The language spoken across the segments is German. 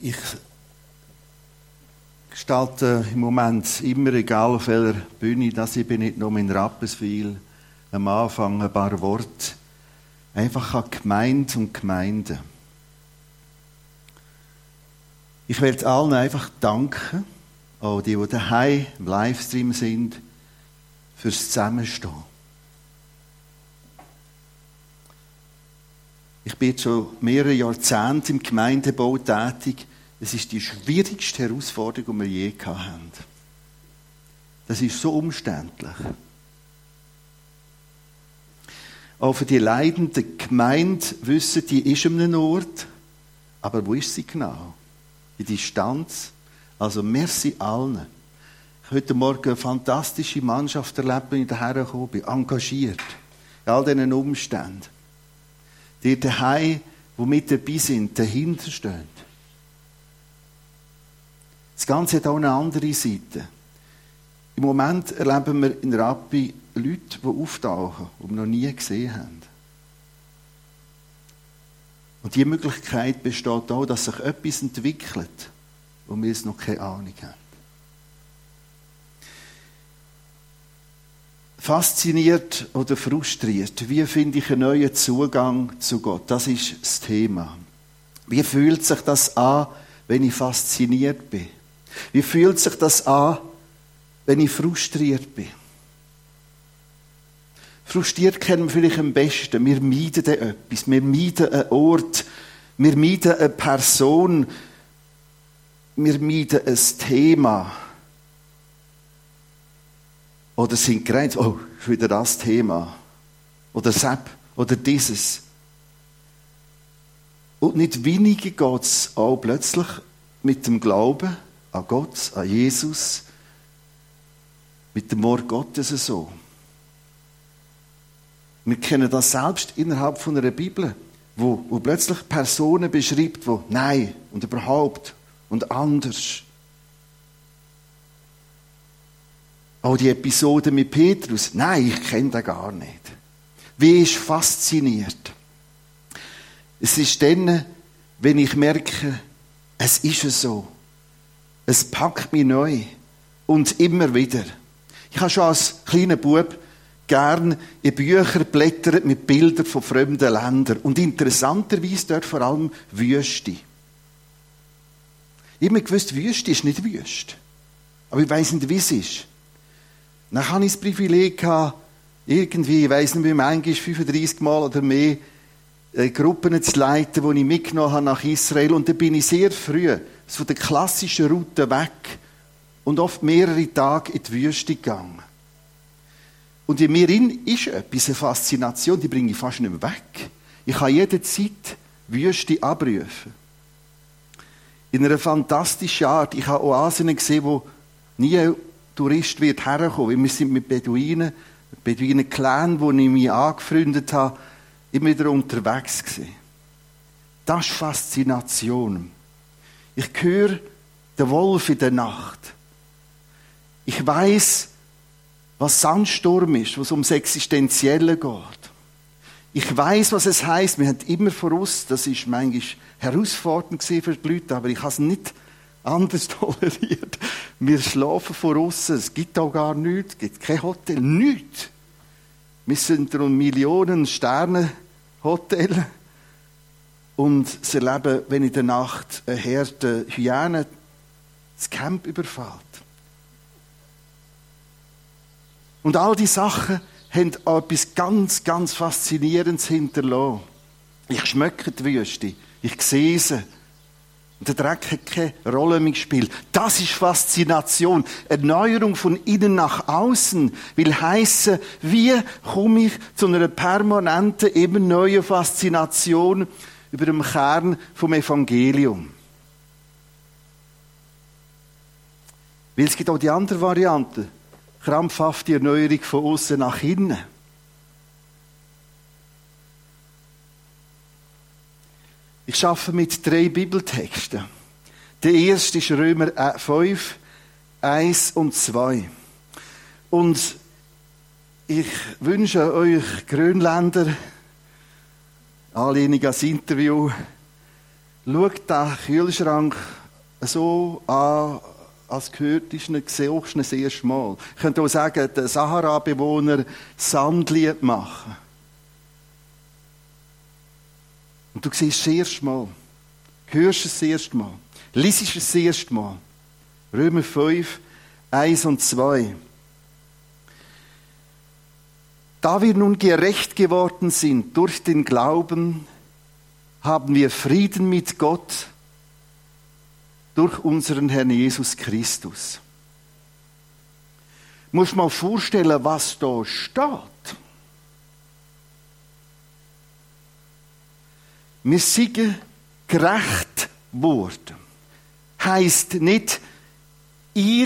Ich gestalte im Moment immer, egal auf welcher Bühne, dass ich bin, nicht nur in Rapperswil, am Anfang ein paar Worte, einfach an Gemeinde und Gemeinden. Ich werde allen einfach danken, auch die daheim im Livestream sind, fürs Zusammenstehen. Ich bin jetzt schon mehrere Jahrzehnte im Gemeindebau tätig. Es ist die schwierigste Herausforderung, die wir je hatten. Das ist so umständlich. Auch für die leidende Gemeinde wissen, die ist an einem Ort, aber wo ist sie genau? Die Distanz. Also merci allen. Ich habe heute Morgen eine fantastische Mannschaft erlebt, wenn ich hierher gekommen bin, engagiert. In all diesen Umständen. Die daheim, die mit dabei sind, dahinter stehen. Das Ganze hat auch eine andere Seite. Im Moment erleben wir in Rappi Leute, die auftauchen, die wir noch nie gesehen haben. Und die Möglichkeit besteht auch, dass sich etwas entwickelt, wo wir es noch keine Ahnung haben. Fasziniert oder frustriert, wie finde ich einen neuen Zugang zu Gott? Das ist das Thema. Wie fühlt sich das an, wenn ich fasziniert bin? Wie fühlt sich das an, wenn ich frustriert bin? Frustriert kennen wir vielleicht am besten. Wir meiden etwas, wir meiden einen Ort, wir meiden eine Person, wir meiden ein Thema. Oder sind gereizt, oh, ist wieder das Thema. Oder Sepp, oder dieses. Und nicht weniger geht es auch plötzlich mit dem Glauben an Gott, an Jesus, mit dem Wort Gottes so. Wir kennen das selbst innerhalb von einer Bibel, wo plötzlich Personen beschreibt, wo nein und überhaupt und anders. Auch die Episode mit Petrus, nein, ich kenne den gar nicht. Wie ist fasziniert? Es ist dann, wenn ich merke, es ist so. Es packt mich neu. Und immer wieder. Ich habe schon als kleiner Bub gern in Bücher blättert mit Bildern von fremden Ländern. Und interessanterweise dort vor allem Wüste. Ich habe immer gewusst, Wüste ist nicht Wüste. Aber ich weiss nicht, wie es ist. Dann hatte ich das Privileg gehabt, irgendwie, ich weiss nicht, wie manchmal 35 Mal oder mehr, Gruppen zu leiten, die ich mitgenommen habe nach Israel. Und da bin ich sehr früh von der klassischen Route weg und oft mehrere Tage in die Wüste gegangen. Und in mir ist etwas, eine Faszination, die bringe ich fast nicht mehr weg. Ich kann jederzeit Wüste abrufen. In einer fantastischen Art. Ich habe Oasen gesehen, wo nie ein Tourist wird herkommen. Wir sind mit Beduinen-Clan, wo ich mich angefreundet habe, immer wieder unterwegs gewesen. Das ist Faszination. Ich höre den Wolf in der Nacht. Ich weiss, was Sandsturm ist, wo es ums Existenzielle geht. Ich weiss, was es heisst. Wir haben immer voraus, das ist manchmal herausfordernd für die Leute, aber ich habe es nicht anders toleriert. Wir schlafen voraus, es gibt auch gar nichts, es gibt kein Hotel, nichts. Wir sind um Millionen Sterne-Hotel und sie erleben, wenn in der Nacht eine Herde Hyänen das Camp überfällt. Und all die Sachen haben auch etwas ganz, ganz Faszinierendes hinterlassen. Ich schmecke die Wüste, ich sehe sie. Und der Dreck hat keine Rolle mehr gespielt. Das ist Faszination. Erneuerung von innen nach außen will heissen, wie komme ich zu einer permanenten, immer neuen Faszination über dem Kern vom Evangelium. Weil es gibt auch die andere Variante. Krampfhafte Erneuerung von außen nach innen. Ich arbeite mit 3 Bibeltexten. Der erste ist Römer 5, 1 und 2. Und ich wünsche euch Grönländer, anlehnend an das Interview, schaut den Kühlschrank so an, als gehört ist ihn, siehst das erste Mal. Ich könnte auch sagen, der Sahara-Bewohner Sandlied machen. Und du siehst es das erste Mal. Hörst es das erste Mal. Liest es das erste Mal. Römer 5, 1 und 2. Da wir nun gerecht geworden sind durch den Glauben, haben wir Frieden mit Gott durch unseren Herrn Jesus Christus. Muss man vorstellen, was da steht. Wir sind gerecht worden. Heisst nicht, ich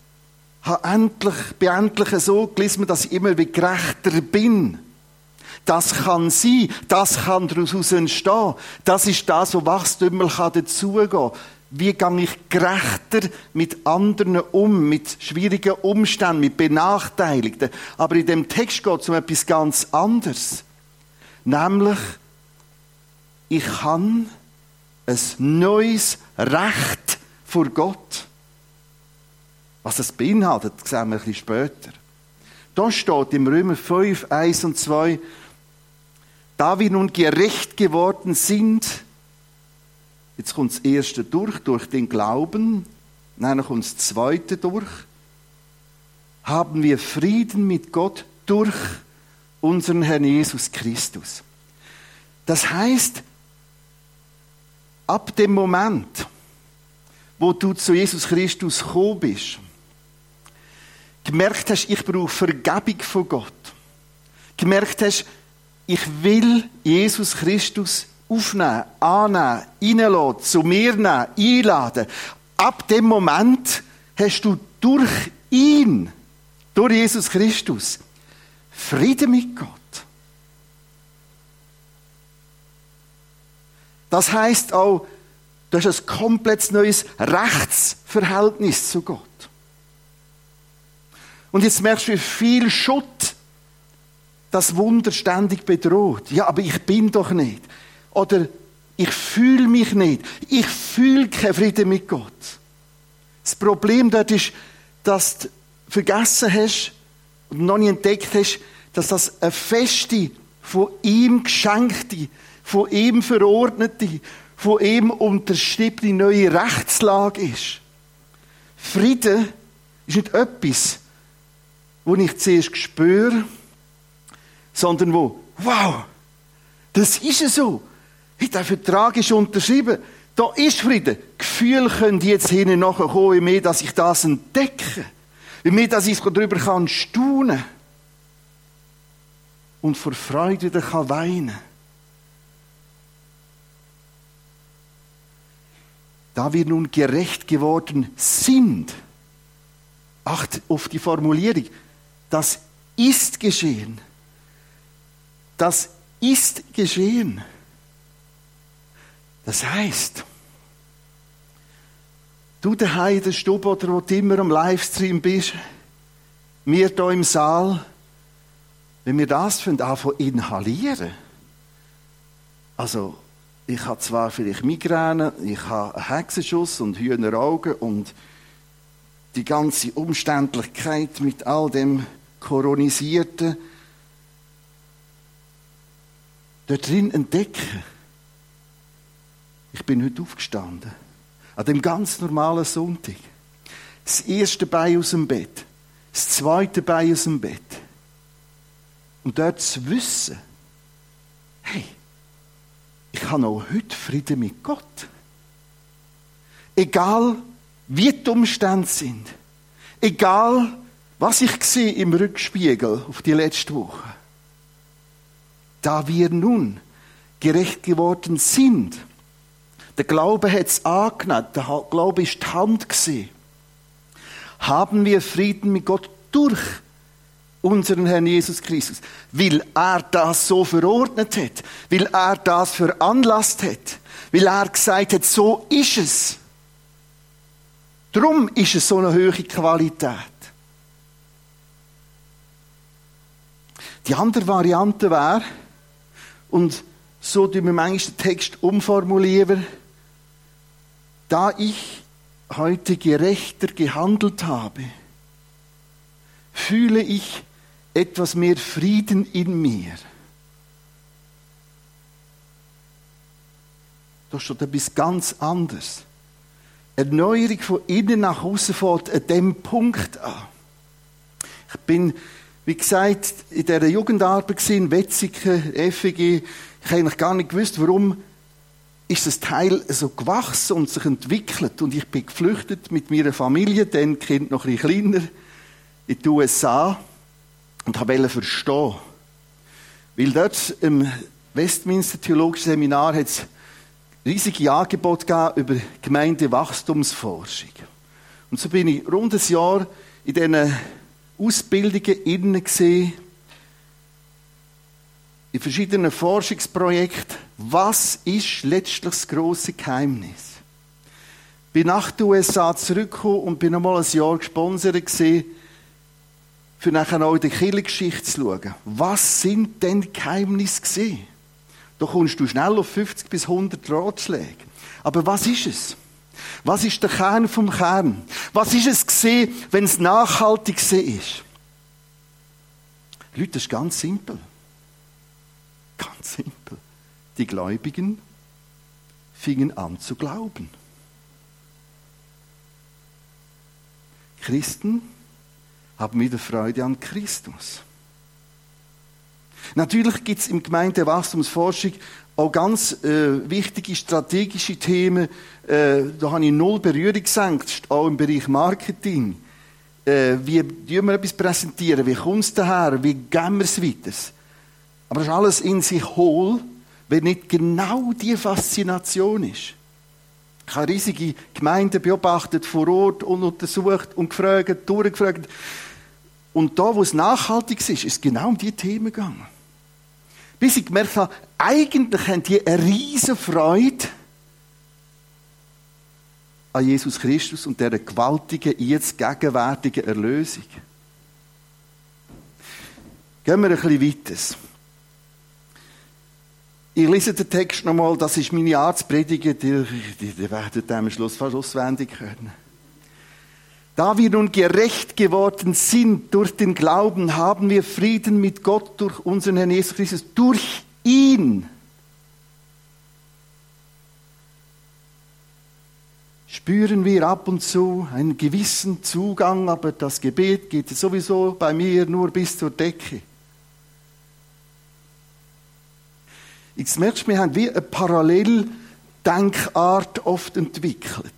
bin endlich so gelesen, dass ich immer wie gerechter bin. Das kann sein, das kann daraus entstehen. Das ist das, was Wachstum dazugehen kann. Wie gehe ich gerechter mit anderen um, mit schwierigen Umständen, mit Benachteiligten. Aber in dem Text geht es um etwas ganz anderes. Nämlich, ich habe ein neues Recht vor Gott. Was das beinhaltet, sehen wir ein bisschen später. Da steht im Römer 5, 1 und 2, da wir nun gerecht geworden sind, jetzt kommt das erste durch den Glauben, dann kommt das zweite durch, haben wir Frieden mit Gott durch unseren Herrn Jesus Christus. Das heißt, ab dem Moment, wo du zu Jesus Christus gekommen bist, gemerkt hast, ich brauche Vergebung von Gott, gemerkt hast, ich will Jesus Christus aufnehmen, annehmen, reinlassen, zu mir nehmen, einladen. Ab dem Moment hast du durch ihn, durch Jesus Christus, Frieden mit Gott. Das heisst auch, du hast ein komplett neues Rechtsverhältnis zu Gott. Und jetzt merkst du, wie viel Schutt das Wunder ständig bedroht. Ja, aber ich bin doch nicht. Oder ich fühle mich nicht. Ich fühle keinen Frieden mit Gott. Das Problem dort ist, dass du vergessen hast und noch nicht entdeckt hast, dass das eine feste, von ihm geschenkte, von ihm verordnete, von ihm unterschriebene neue Rechtslage ist. Frieden ist nicht etwas, wo ich zuerst spüre, sondern wo, wow, das ist es so. Der Vertrag ist unterschrieben. Da ist Frieden. Gefühle können jetzt hinten nachher kommen, wie mehr, dass ich das entdecke. Wie mehr, dass ich darüber staunen kann. Und vor Freude kann weinen. Da wir nun gerecht geworden sind. Acht auf die Formulierung. Das ist geschehen. Das ist geschehen. Das heisst, du daheim in der Stube oder wo du immer am Livestream bist, wir hier im Saal, wenn wir das anfangen inhalieren, also ich habe zwar vielleicht Migräne, ich habe einen Hexenschuss und Hühneraugen und die ganze Umständlichkeit mit all dem Koronisierten, dort drin entdecken. Ich bin heute aufgestanden. An dem ganz normalen Sonntag. Das erste Bein aus dem Bett. Das zweite Bein aus dem Bett. Und dort zu wissen, hey, ich habe auch heute Frieden mit Gott. Egal, wie die Umstände sind. Egal, was ich sehe im Rückspiegel auf die letzte Woche. Da wir nun gerecht geworden sind, der Glaube hat es angenommen, der Glaube ist die Hand gesehen, haben wir Frieden mit Gott durch unseren Herrn Jesus Christus, weil er das so verordnet hat, weil er das veranlasst hat, weil er gesagt hat, so ist es. Darum ist es so eine hohe Qualität. Die andere Variante wäre, und so tun wir manchmal den Text umformulieren, da ich heute gerechter gehandelt habe, fühle ich etwas mehr Frieden in mir. Da steht etwas ganz anderes. Erneuerung von innen nach außen fängt an dem Punkt an. Ich bin, wie gesagt, in dieser Jugendarbeit in Wetzikon, FEG. Ich habe eigentlich gar nicht gewusst, warum ist das Teil so gewachsen und sich entwickelt. Und ich bin geflüchtet mit meiner Familie, dann Kind noch ein bisschen kleiner, in die USA und wollte verstehen. Weil dort im Westminster Theologischen Seminar hat es riesige Angebote gegeben über Gemeindewachstumsforschung. Und so bin ich rund ein Jahr in diesen Ausbildungen innen gesehen, in verschiedenen Forschungsprojekten. Was ist letztlich das grosse Geheimnis? Bin nach den USA zurückgekommen und bin nochmal ein Jahr gesponsert gewesen, für nachher auch in die Kirchengeschichte zu schauen. Was sind denn die Geheimnisse gewesen? Da kommst du schnell auf 50 bis 100 Ratschläge. Aber was ist es? Was ist der Kern vom Kern? Was ist es gewesen, wenn es nachhaltig ist? Leute, das ist ganz simpel. Ganz simpel. Die Gläubigen fingen an zu glauben. Christen haben wieder Freude an Christus. Natürlich gibt es im Gemeindewachstumsforschung auch ganz wichtige strategische Themen. Da habe ich null Berührungsängste, auch im Bereich Marketing. Wie präsentieren wir etwas präsentieren? Wie kommt es daher? Wie geben wir es weiter? Aber das ist alles in sich hohl, wenn nicht genau die Faszination ist. Ich habe riesige Gemeinden beobachtet, vor Ort und untersucht und gefragt, durchgefragt. Und da, wo es nachhaltig ist, ist es genau um diese Themen gegangen. Bis ich gemerkt habe, eigentlich haben die eine riesige Freude an Jesus Christus und dieser gewaltigen, jetzt gegenwärtigen Erlösung. Gehen wir ein bisschen weiter. Ich lese den Text nochmal, das ist meine Art zu predigen, die werdet ihr am Schluss fast auswendig können. Da wir nun gerecht geworden sind durch den Glauben, haben wir Frieden mit Gott durch unseren Herrn Jesus Christus, durch ihn. Spüren wir ab und zu einen gewissen Zugang, aber das Gebet geht sowieso bei mir nur bis zur Decke. Jetzt merkst du, wir haben wie eine Paralleldenkart oft entwickelt.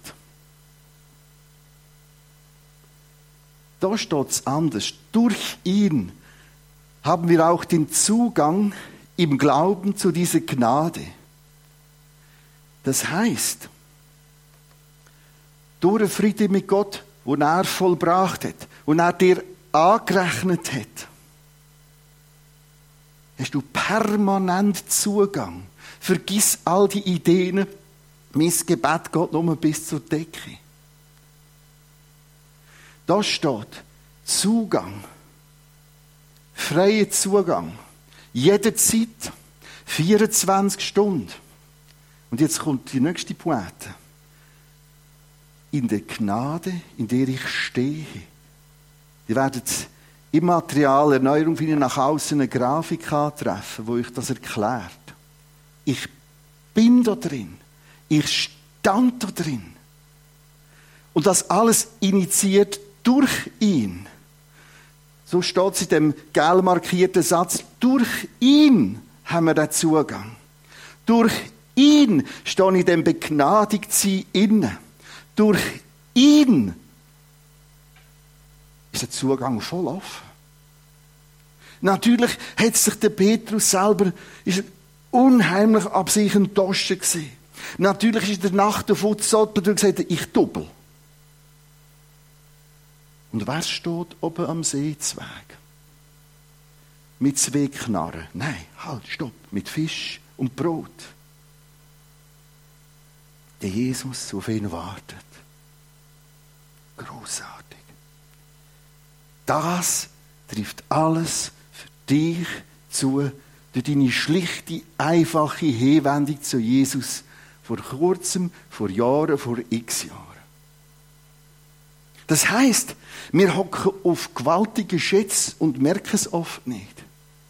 Da steht es anders. Durch ihn haben wir auch den Zugang im Glauben zu dieser Gnade. Das heißt, durch den Frieden mit Gott, den er vollbracht hat, den er dir angerechnet hat, hast du permanent Zugang. Vergiss all die Ideen. Mein Gebet geht nur bis zur Decke. Da steht Zugang. Freier Zugang. Jederzeit. 24 Stunden. Und jetzt kommt die nächste Pointe. In der Gnade, in der ich stehe. Die werden im Material Erneuerung finden nach außen eine Grafik antreffen, wo euch das erklärt. Ich bin da drin. Ich stand da drin. Und das alles initiiert durch ihn. So steht es in dem gelb markierten Satz. Durch ihn haben wir den Zugang. Durch ihn stehe ich dem Begnadigtsein inne. Durch ihn ist der Zugang voll offen. Natürlich hat sich der Petrus selber ist unheimlich ab sich enttäuscht gewesen. Natürlich ist er nach der Futzottel und gesagt, ich doppel. Und wer steht oben am Seezweig? Mit 2 Knarren. Nein, halt, stopp. Mit Fisch und Brot. Der Jesus, der auf ihn wartet. Großartig. Das trifft alles für dich zu, durch deine schlichte, einfache Hinwendung zu Jesus, Vor kurzem, vor Jahren, vor x Jahren. Das heisst, wir hocken auf gewaltige Schätze und merken es oft nicht.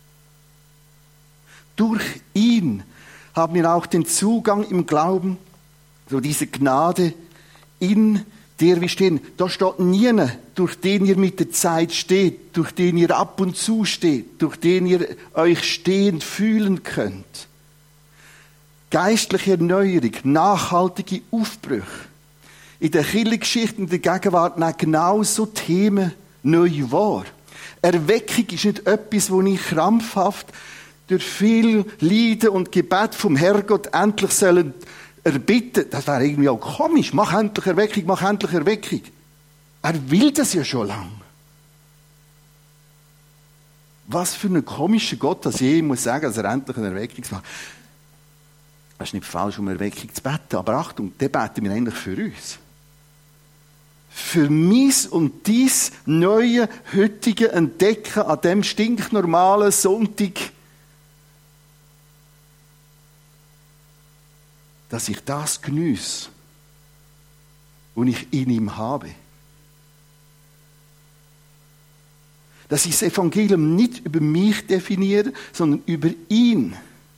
Durch ihn haben wir auch den Zugang im Glauben, so diese Gnade, in der wir stehen. Da steht nie, durch den ihr mit der Zeit steht, durch den ihr ab und zu steht, durch den ihr euch stehend fühlen könnt. Geistliche Erneuerung, nachhaltige Aufbrüche. In der Kirchengeschichte, in der Gegenwart nehmen genau so Themen neu wahr. Erweckung ist nicht etwas, wo ich krampfhaft durch viel Leiden und Gebet vom Herrgott endlich sollen erbitten. Das wäre irgendwie auch komisch. Mach endlich Erweckung, mach endlich Erweckung. Er will das ja schon lange. Was für ein komischer Gott, dass ich muss sagen, dass er endlich eine Erweckung macht. Es ist nicht falsch, um Erweckung zu beten, aber Achtung, den beten wir eigentlich für uns. Für mis und dies neue, heutige Entdecken an dem stinknormalen Sonntag, dass ich das geniesse, was ich in ihm habe. Dass ich das Evangelium nicht über mich definiere, sondern über ihn.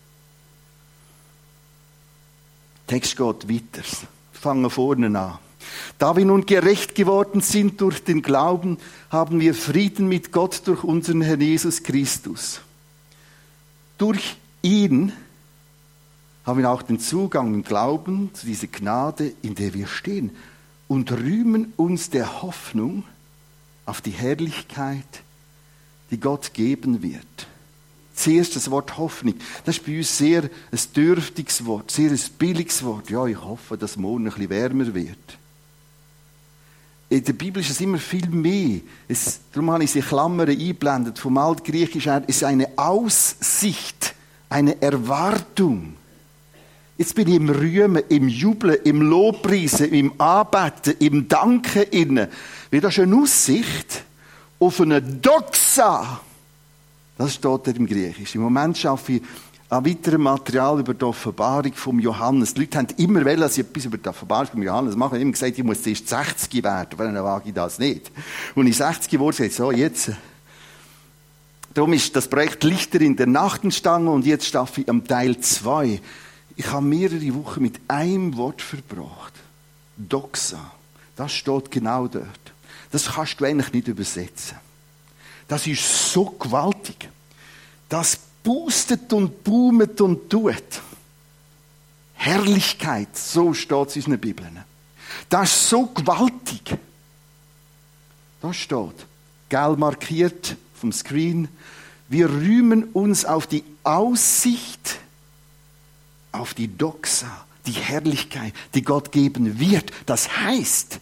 Der Text geht weiter. Fangen vorne an. Da wir nun gerecht geworden sind durch den Glauben, haben wir Frieden mit Gott durch unseren Herrn Jesus Christus. Durch ihn haben wir auch den Zugang im Glauben zu dieser Gnade, in der wir stehen, und rühmen uns der Hoffnung auf die Herrlichkeit, die Gott geben wird. Zuerst das Wort Hoffnung. Das ist bei uns sehr ein dürftiges Wort, sehr ein billiges Wort. Ja, ich hoffe, dass morgen ein bisschen wärmer wird. In der Bibel ist es immer viel mehr. Darum habe ich diese Klammern eingeblendet. Vom Altgriechisch her ist eine Aussicht, eine Erwartung. Jetzt bin ich im Rühmen, im Jubeln, im Lobpreisen, im Anbeten, im Danken inne. Wie das ist eine Aussicht auf eine Doxa. Das steht da im Griechisch. Im Moment arbeite ich an weiterem Material über die Offenbarung vom Johannes. Die Leute haben immer wollen, dass ich etwas über die Offenbarung vom Johannes mache. Ich habe immer gesagt, ich muss zuerst 60 werden, aber dann wage ich das nicht. Und ich 60 geworden bin, so jetzt. Darum ist das Projekt Lichter in der Nacht entstanden und jetzt arbeite ich am Teil 2. Ich habe mehrere Wochen mit einem Wort verbracht. Doxa. Das steht genau dort. Das kannst du eigentlich nicht übersetzen. Das ist so gewaltig. Das boostet und boomet und tut. Herrlichkeit, so steht es in unseren Bibeln. Das ist so gewaltig. Da steht, gelb markiert vom Screen, wir rühmen uns auf die Aussicht, auf die Doxa, die Herrlichkeit, die Gott geben wird. Das heißt,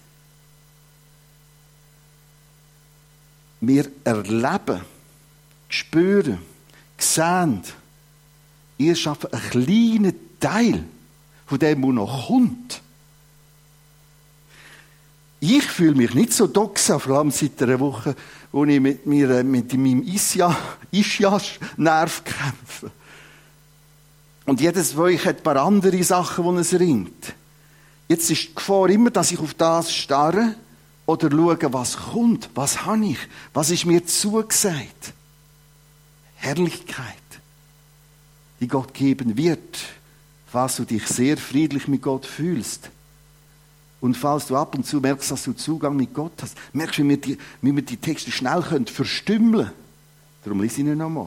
wir erleben, spüren, sehen, ihr schafft einen kleinen Teil von dem, was noch kommt. Ich fühle mich nicht so doxa, vor allem seit einer Woche, wo ich mit meinem Ischias-Nerv kämpfe. Und jedes Woche hat ein paar andere Sachen, die es ringt. Jetzt ist die Gefahr immer, dass ich auf das starre oder schaue, was kommt, was habe ich, was ist mir zugesagt. Herrlichkeit, die Gott geben wird, falls du dich sehr friedlich mit Gott fühlst. Und falls du ab und zu merkst, dass du Zugang mit Gott hast, merkst du, wie wir die Texte schnell verstümmeln können. Darum lese ich ihn nochmal.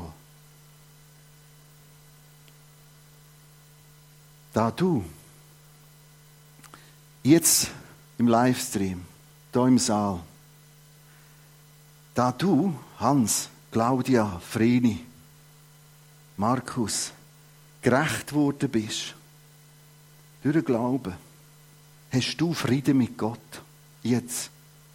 Da du jetzt im Livestream, da im Saal, da du, Hans, Claudia, Vreni, Markus, gerecht worden bist, durch den Glauben, hast du Frieden mit Gott. Jetzt.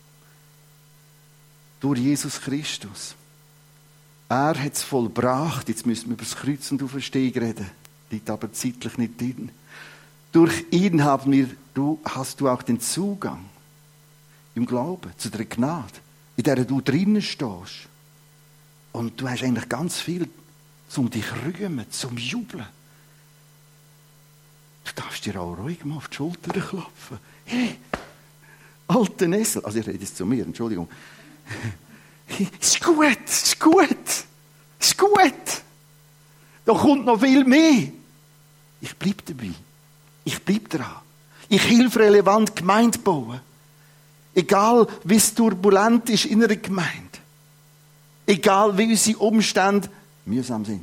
Durch Jesus Christus. Er hat es vollbracht. Jetzt müssen wir über das Kreuz und Auferstehung reden. Liegt aber zeitlich nicht drin. Durch ihn hast du auch den Zugang im Glauben zu der Gnade, in der du drinnen stehst. Und du hast eigentlich ganz viel zum dich rühmen, zum Jubeln. Du darfst dir auch ruhig mal auf die Schulter klopfen. Hey, alter Nessel. Also ich rede jetzt zu mir, Entschuldigung. Ist gut, ist gut, ist gut. Da kommt noch viel mehr. Ich bleibe dabei. Ich bleibe dran. Ich helfe relevant Gemeinde bauen. Egal, wie es turbulent ist in einer Gemeinde. Egal, wie unsere Umstände mühsam sind.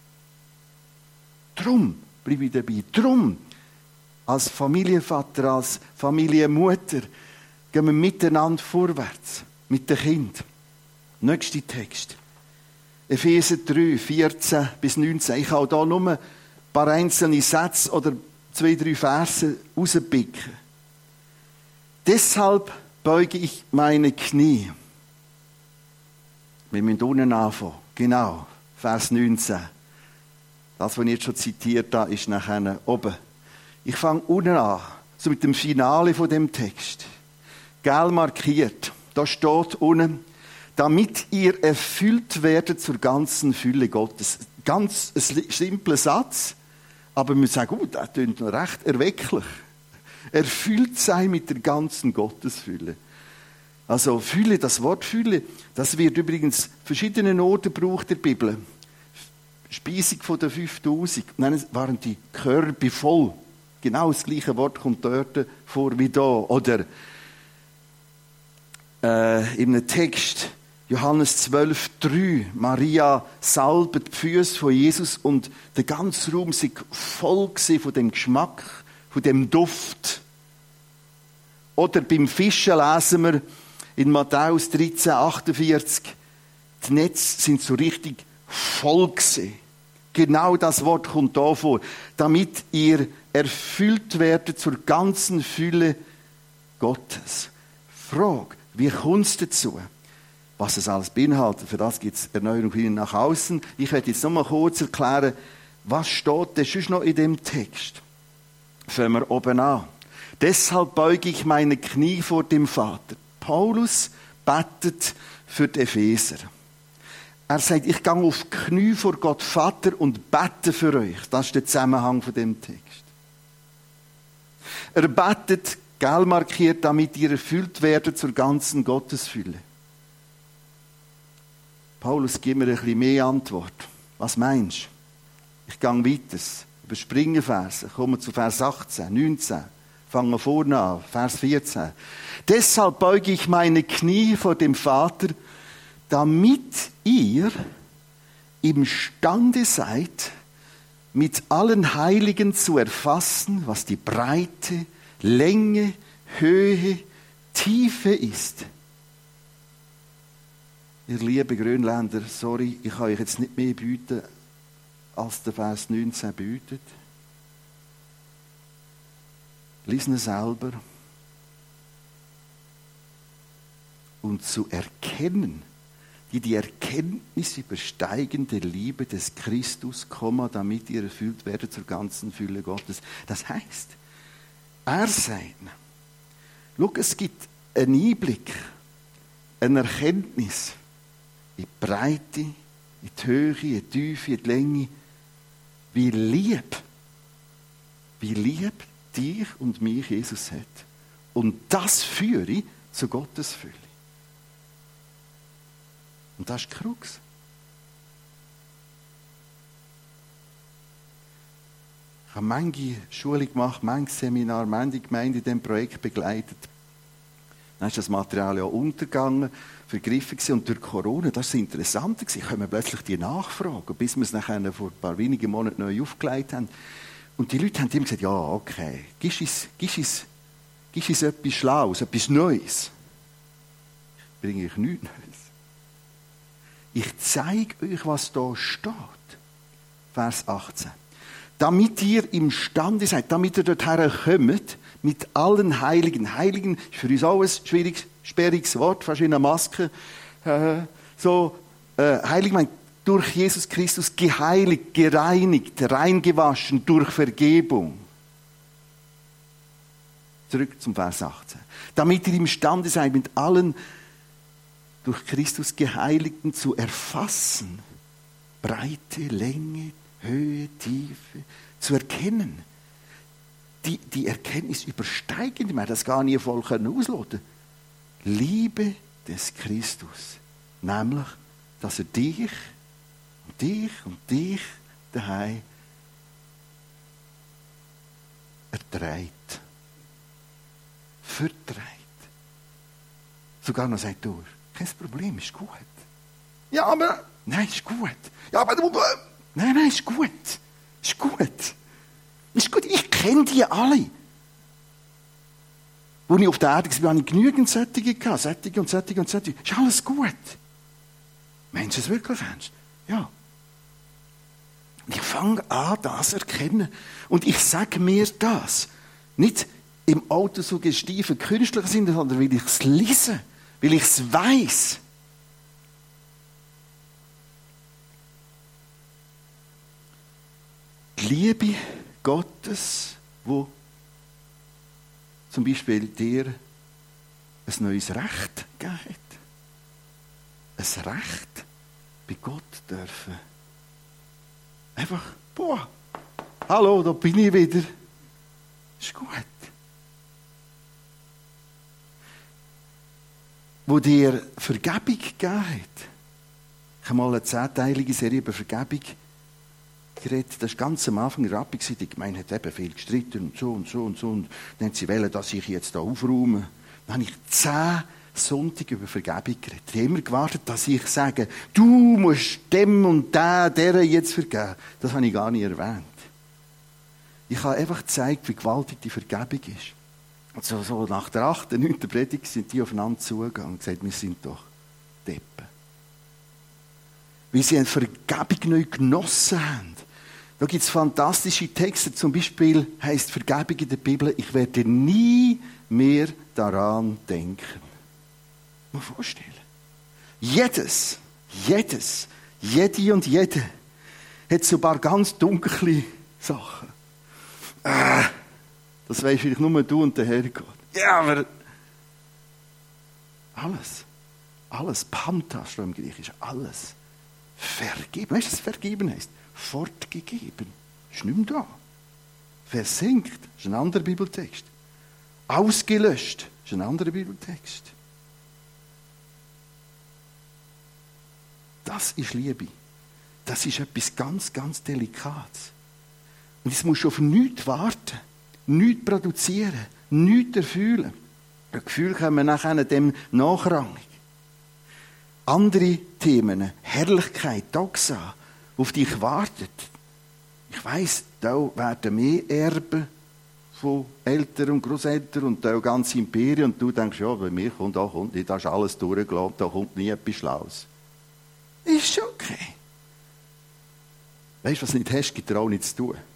Drum bleibe ich dabei. Drum, als Familienvater, als Familienmutter, gehen wir miteinander vorwärts. Mit den Kindern. Nächster Text. Epheser 3, 14 bis 19. Ich habe hier nur ein paar einzelne Sätze oder 2, 3 Verse rauspicken. Deshalb beuge ich meine Knie. Wir müssen unten anfangen. Genau, Vers 19. Das, was ich jetzt schon zitiert habe, ist nachher oben. Ich fange unten an, so mit dem Finale von dem Text. Gelb markiert. Da steht unten, damit ihr erfüllt werdet zur ganzen Fülle Gottes. Ganz ein simpler Satz, aber wir sagen, das klingt noch recht erwecklich. Erfüllt sein mit der ganzen Gottesfülle. Also Fülle, das Wort Fülle, das wird übrigens verschiedenen Orten gebraucht in der Bibel. Speisung von den 5000, dann waren die Körbe voll. Genau das gleiche Wort kommt dort vor wie da. Oder in einem Text, Johannes 12, 3, Maria salbet die Füße von Jesus und der ganze Raum war voll von dem Geschmack, von dem Duft. Oder beim Fischen lesen wir in Matthäus 13, 48, die Netze sind so richtig voll gewesen. Genau das Wort kommt da vor. Damit ihr erfüllt werdet zur ganzen Fülle Gottes. Frage, wie kommt es dazu? Was es alles beinhaltet, für das gibt es Erneuerung hin nach außen. Ich werde jetzt noch mal kurz erklären, was steht denn sonst noch in dem Text. Fangen wir oben an. Deshalb beuge ich meine Knie vor dem Vater. Paulus betet für die Epheser. Er sagt, ich gehe auf die Knie vor Gott Vater und bete für euch. Das ist der Zusammenhang von dem Text. Er betet, gelb markiert, damit ihr erfüllt werdet zur ganzen Gottesfülle. Paulus, gib mir ein bisschen mehr Antwort. Was meinst du? Ich gehe weiter. Überspringe Verse. Komme zu Vers 18, 19. Fange vorne an. Vers 14. Deshalb beuge ich meine Knie vor dem Vater, damit ihr imstande seid, mit allen Heiligen zu erfassen, was die Breite, Länge, Höhe, Tiefe ist. Ihr lieben Grönländer, sorry, ich kann euch jetzt nicht mehr bieten, als der Vers 19 bietet. Lies ihn selber. Und zu erkennen, die Erkenntnis übersteigende Liebe des Christus, damit ihr erfüllt werdet zur ganzen Fülle Gottes. Das heißt, er sagt, schau, es gibt einen Einblick, eine Erkenntnis in die Breite, in die Höhe, in die Tiefe, in die Länge, wie lieb dich und mich Jesus hat. Und das führe zu Gottes Fülle. Und das ist die Krux. Ich habe manche Schulung gemacht, manche Seminar, manche Gemeinde in diesem Projekt begleitet. Dann ist das Material ja untergegangen, vergriffen gewesen. Und durch Corona, das war interessant, kommen plötzlich die Nachfragen, bis wir es nachher vor ein paar wenigen Monaten neu aufgelegt haben. Und die Leute haben immer gesagt, ja, okay, gibst uns etwas Schlaues, etwas Neues. Bringe ich nichts Neues. Ich zeige euch, was da steht. Vers 18. Damit ihr imstande seid, damit ihr dorthin kommt, mit allen Heiligen. Heiligen ist für uns auch ein schwieriges, sperriges Wort, fast wie eine Maske. Heilig meint durch Jesus Christus geheiligt, gereinigt, reingewaschen durch Vergebung. Zurück zum Vers 18. Damit ihr imstande seid, mit allen durch Christus Geheiligten zu erfassen. Breite, Länge, Höhe, Tiefe, zu erkennen. die Erkenntnis übersteigend, wir haben das gar nie voll ausloten. Liebe des Christus. Nämlich, dass er dich und dich und dich daheim erträgt. Verträgt. Sogar noch sagt, du, kein Problem, ist gut. Ja, aber, nein, ist gut. Ja, aber, nein, ist gut. Ist gut. Ist gut, ich kenne die alle. Als ich auf der Erde war, hatte ich genügend Sättige gehabt. Sättige und Sättige und Sättige. Ist alles gut. Meinst du es wirklich ernst? Ja. Und ich fange an, das zu erkennen. Und ich sage mir das. Nicht im autosuggestiven künstlichen Sinne, sondern weil ich es lese. Weil ich es weiss. Die Liebe Gottes, wo zum Beispiel dir ein neues Recht gegeben hat. Ein Recht bei Gott dürfen. Einfach, boah, hallo, da bin ich wieder. Ist gut. Wo dir Vergebung gegeben hat. Ich habe mal eine 10-teilige Serie über Vergebung geredet. Das war ganz am Anfang in der Rappig. Die Gemeinde hat eben viel gestritten und so und so und so. Und dann haben sie wollen, dass ich jetzt da aufräume. Dann habe ich 10 Sonntage über Vergebung geredet. Die haben immer gewartet, dass ich sage, du musst dem und der jetzt vergeben. Das habe ich gar nicht erwähnt. Ich habe einfach gezeigt, wie gewaltig die Vergebung ist. Und so nach der 8., 9. Predigt sind die aufeinander zugegangen und gesagt, wir sind doch Deppen. Weil sie eine Vergebung neu genossen haben. Da gibt es fantastische Texte. Zum Beispiel heisst Vergebung in der Bibel, ich werde nie mehr daran denken. Mal vorstellen. Jede und jede hat so ein paar ganz dunkle Sachen. Das weisst vielleicht nur du und der Herrgott. Ja, aber alles, Panta steht im Griechischen, alles vergeben. Weißt du, was vergeben heisst? Fortgegeben. Ist nicht mehr da. Versenkt, ist ein anderer Bibeltext. Ausgelöscht, ist ein anderer Bibeltext. Das ist Liebe. Das ist etwas ganz, ganz Delikates. Und es muss auf nichts warten, nichts produzieren, nichts erfüllen. Ein Gefühl kommen nachher dem nachrangig. Andere Themen, Herrlichkeit, Doxa, auf dich wartet. Ich weiss, da werden mehr Erben von Eltern und Großeltern und da ganze Imperien. Und du denkst, ja, bei mir kommt nicht, da ist alles durchgelaufen, da kommt nie etwas Schlaues. Ist schon okay. Weißt du, was du nicht hast, gibt dir auch nichts zu tun.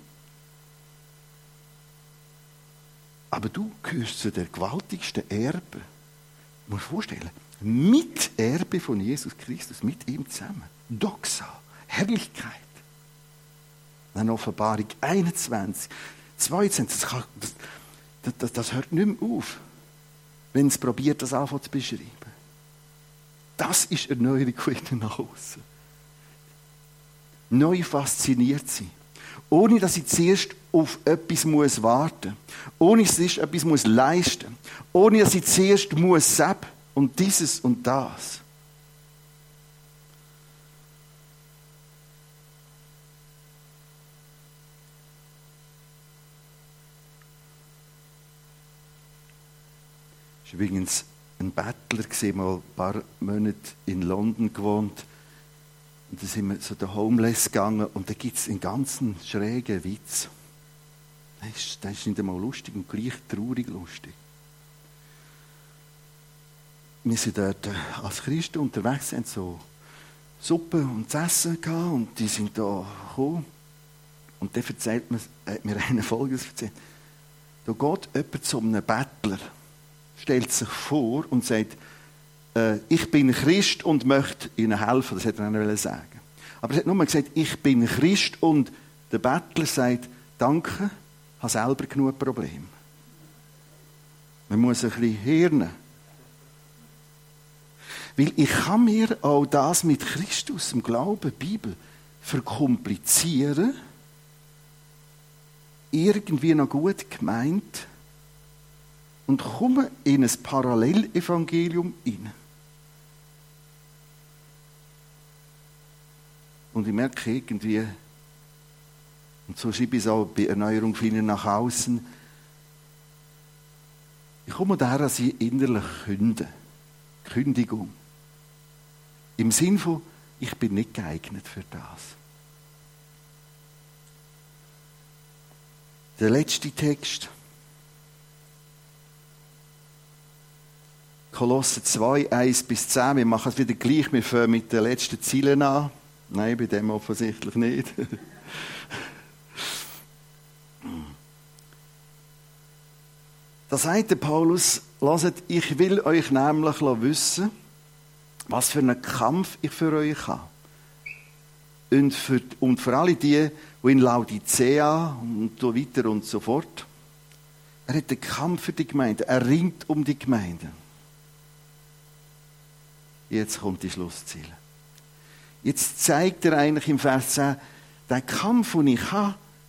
Aber du gehörst zu der gewaltigsten Erbe. Du musst dir vorstellen, Miterbe von Jesus Christus, mit ihm zusammen. Doxa, Herrlichkeit. Dann Offenbarung 21, 22, das hört nicht mehr auf, wenn es probiert, das anfangen zu beschreiben. Das ist Erneuerung wieder nach außen. Neu fasziniert sein. Ohne, dass ich zuerst auf etwas warten muss. Ohne, dass ich etwas leisten muss. Ohne, dass ich zuerst sagen und dieses und das. Ich war übrigens ein Bettler, mal ein paar Monate in London gewohnt. Und da sind wir zu den Homeless gegangen und da gibt es einen ganzen schrägen Witz. Das ist nicht einmal lustig und gleich traurig lustig. Wir sind dort als Christen unterwegs, haben so Suppe und zu essen gehabt und die sind da gekommen. Und dann hat mir einer Folgendes erzählt. Da geht jemand zu einem Bettler, stellt sich vor und sagt, ich bin Christ und möchte ihnen helfen. Das hätte er nicht sagen. Aber er hat nur gesagt, ich bin Christ und der Bettler sagt, danke, habe selber genug Probleme. Man muss ein bisschen hirnen. Weil ich kann mir auch das mit Christus, dem Glauben, Bibel, verkomplizieren, irgendwie noch gut gemeint und komme in ein Parallelevangelium hinein. Und ich merke irgendwie, und so schreibe ich es auch bei Erneuerung finden nach außen, ich komme daher, dass ich innerlich künde. Kündigung. Im Sinn von, ich bin nicht geeignet für das. Der letzte Text. Kolosser 2, 1-10. Wir machen es wieder gleich. Wir fangen mit den letzten Zielen an. Nein, bei dem offensichtlich nicht. Da sagt der Paulus, hört, ich will euch nämlich wissen, was für einen Kampf ich für euch habe. Und für alle die in Laodicea und so weiter und so fort. Er hat einen Kampf für die Gemeinde. Er ringt um die Gemeinde. Jetzt kommt die Schlussziele. Jetzt zeigt er eigentlich im Vers 10, der Kampf, den ich habe,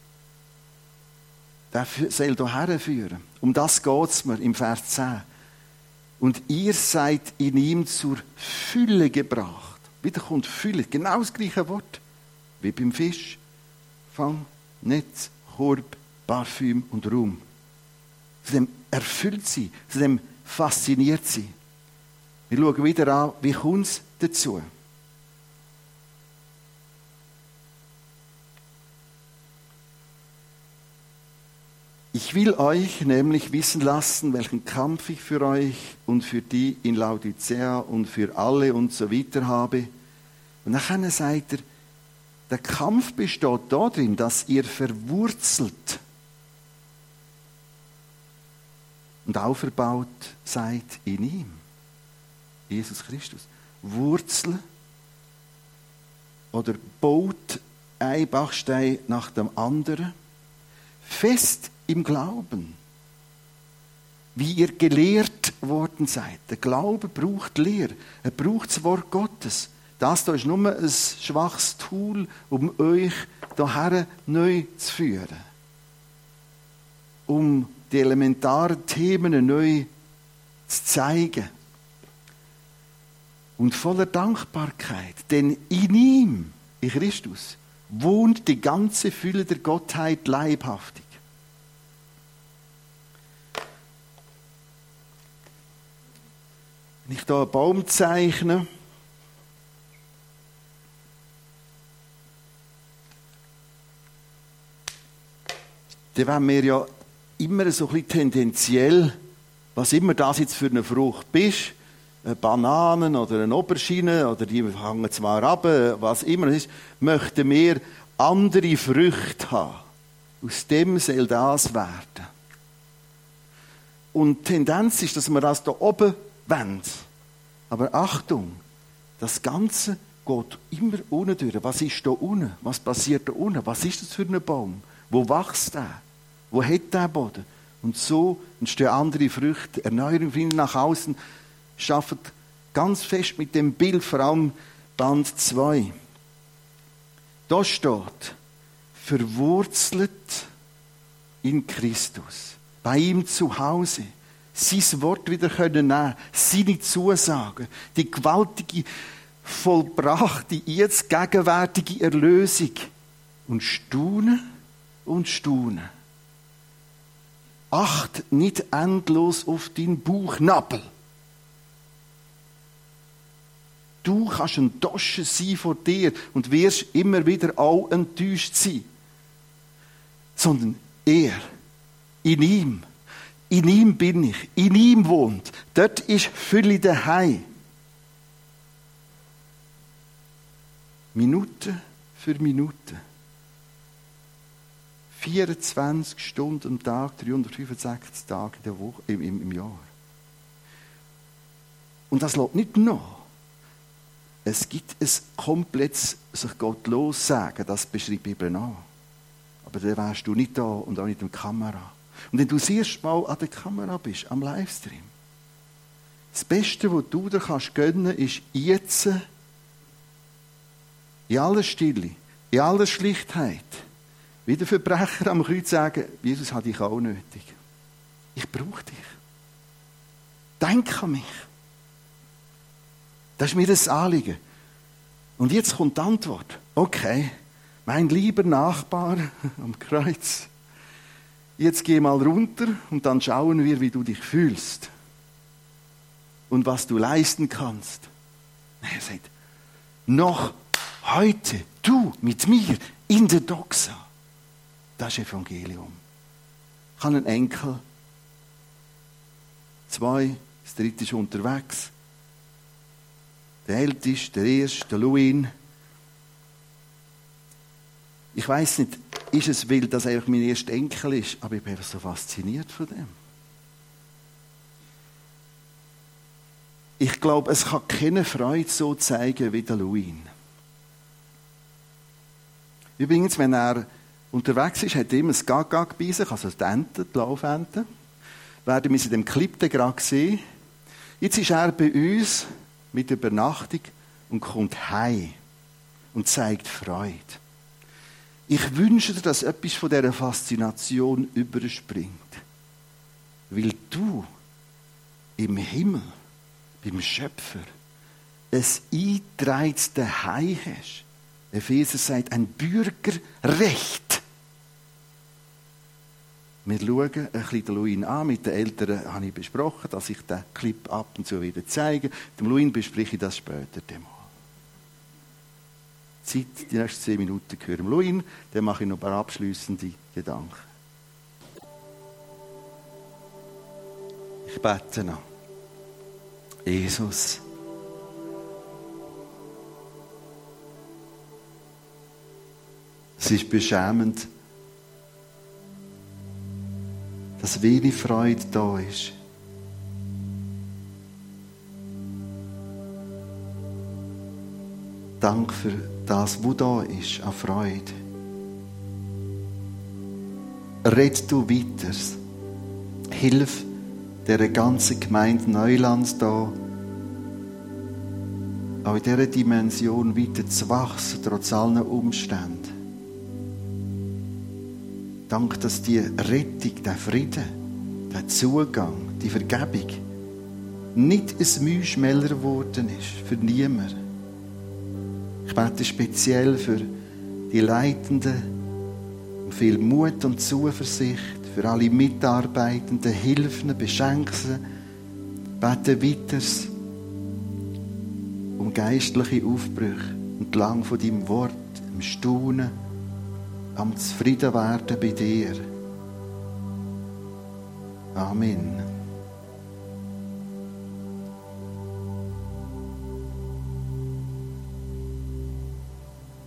der soll hierher führen. Um das geht es mir im Vers 10. Und ihr seid in ihm zur Fülle gebracht. Wieder kommt Fülle, genau das gleiche Wort. Wie beim Fisch. Fang, Netz, Korb, Parfüm und Ruhm. Zu dem erfüllt sie, zu dem fasziniert sie. Wir schauen wieder an, wie kommt es dazu? Ich will euch nämlich wissen lassen, welchen Kampf ich für euch und für die in Laodicea und für alle und so weiter habe. Und nachher sagt er, der Kampf besteht darin, dass ihr verwurzelt und auferbaut seid in ihm. Jesus Christus. Wurzeln oder baut ein Bachstein nach dem anderen. Fest im Glauben. Wie ihr gelehrt worden seid. Der Glaube braucht Lehre. Er braucht das Wort Gottes. Das hier ist nur ein schwaches Tool, um euch hierher neu zu führen. Um die elementaren Themen neu zu zeigen. Und voller Dankbarkeit, denn in ihm, in Christus, wohnt die ganze Fülle der Gottheit leibhaftig. Wenn ich hier einen Baum zeichne, dann wollen wir ja immer so ein bisschen tendenziell, was immer das jetzt für eine Frucht ist, Bananen oder eine Aubergine oder die hängen zwar ab, was immer es ist, möchten wir andere Früchte haben. Aus dem soll das werden. Und die Tendenz ist, dass wir das da oben wollen. Aber Achtung, das Ganze geht immer unten durch. Was ist da unten? Was passiert da unten? Was ist das für ein Baum? Wo wächst der? Wo hat der Boden? Und so entstehen andere Früchte. Erneuerung finden nach außen. Schafft ganz fest mit dem Bild, vor allem Band 2. Da steht, verwurzelt in Christus, bei ihm zu Hause, sein Wort wieder können nehmen, seine Zusagen, die gewaltige, vollbrachte, jetzt gegenwärtige Erlösung und staunen und staunen. Acht nicht endlos auf deinen Bauchnabel. Du kannst enttäuscht sein von dir und wirst immer wieder auch enttäuscht sein. Sondern er, in ihm bin ich, in ihm wohnt. Dort ist Fülle daheim. Minute für Minute. 24 Stunden am Tag, 365 Tage in der Woche, im Jahr. Und das lässt nicht nach. Es gibt ein komplettes sich Gott lossagen, das beschreibt die Bibel an. Aber dann wärst du nicht da und auch nicht in der Kamera. Und wenn du das erste Mal an der Kamera bist, am Livestream, das Beste, was du dir kannst gönnen, ist jetzt, in aller Stille, in aller Schlichtheit, Wie der Verbrecher am Kreuz sagen, Jesus hat dich auch nötig. Ich brauche dich. Denk an mich. Das ist mir das Anliegen. Und jetzt kommt die Antwort. Okay, mein lieber Nachbar am Kreuz, jetzt geh mal runter und dann schauen wir, wie du dich fühlst. Und was du leisten kannst. Er sagt, noch heute, du mit mir in der Doxa. Das ist Evangelium. Ich habe einen Enkel, 2, das dritte ist unterwegs. Der Älteste, der Erste, der Louis. Ich weiss nicht, ist es, weil das einfach mein erster Enkel ist, aber ich bin einfach so fasziniert von dem. Ich glaube, es kann keine Freude so zeigen wie der Louis. Übrigens, wenn er unterwegs ist, hat er immer das Gag bei sich, also die Ente, die Laufente. Werden wir in dem Clip gerade sehen. Jetzt ist er bei uns mit Übernachtung und kommt heim und zeigt Freude. Ich wünsche dir, dass etwas von dieser Faszination überspringt. Weil du im Himmel, beim Schöpfer, ein eingetragenes Heim hast. Epheser sagt, ein Bürgerrecht. Wir schauen ein bisschen den Louis an. Mit den Eltern habe ich besprochen, dass ich den Clip ab und zu wieder zeige. Dem Louis bespreche ich das später mal. Zeit, die nächsten 10 Minuten hören Louis. Dann mache ich noch ein paar abschliessende Gedanken. Ich bete noch. Jesus. Es ist beschämend, dass wenig Freude da ist. Dank für das, was da ist, an Freude. Red du weiter. Hilf der ganzen Gemeinde Neuland da, auch in dieser Dimension weiter zu wachsen, trotz allen Umständen. Dank, dass die Rettung, der Frieden, der Zugang, die Vergebung nicht ein Mühschmeller geworden ist für niemanden. Ich bete speziell für die Leitenden um viel Mut und Zuversicht, für alle Mitarbeitenden, Hilfen, Beschenksen. Ich bete weiter um geistliche Aufbrüche entlang von deinem Wort, im Staunen, am Zufriedenwerden bei dir. Amen.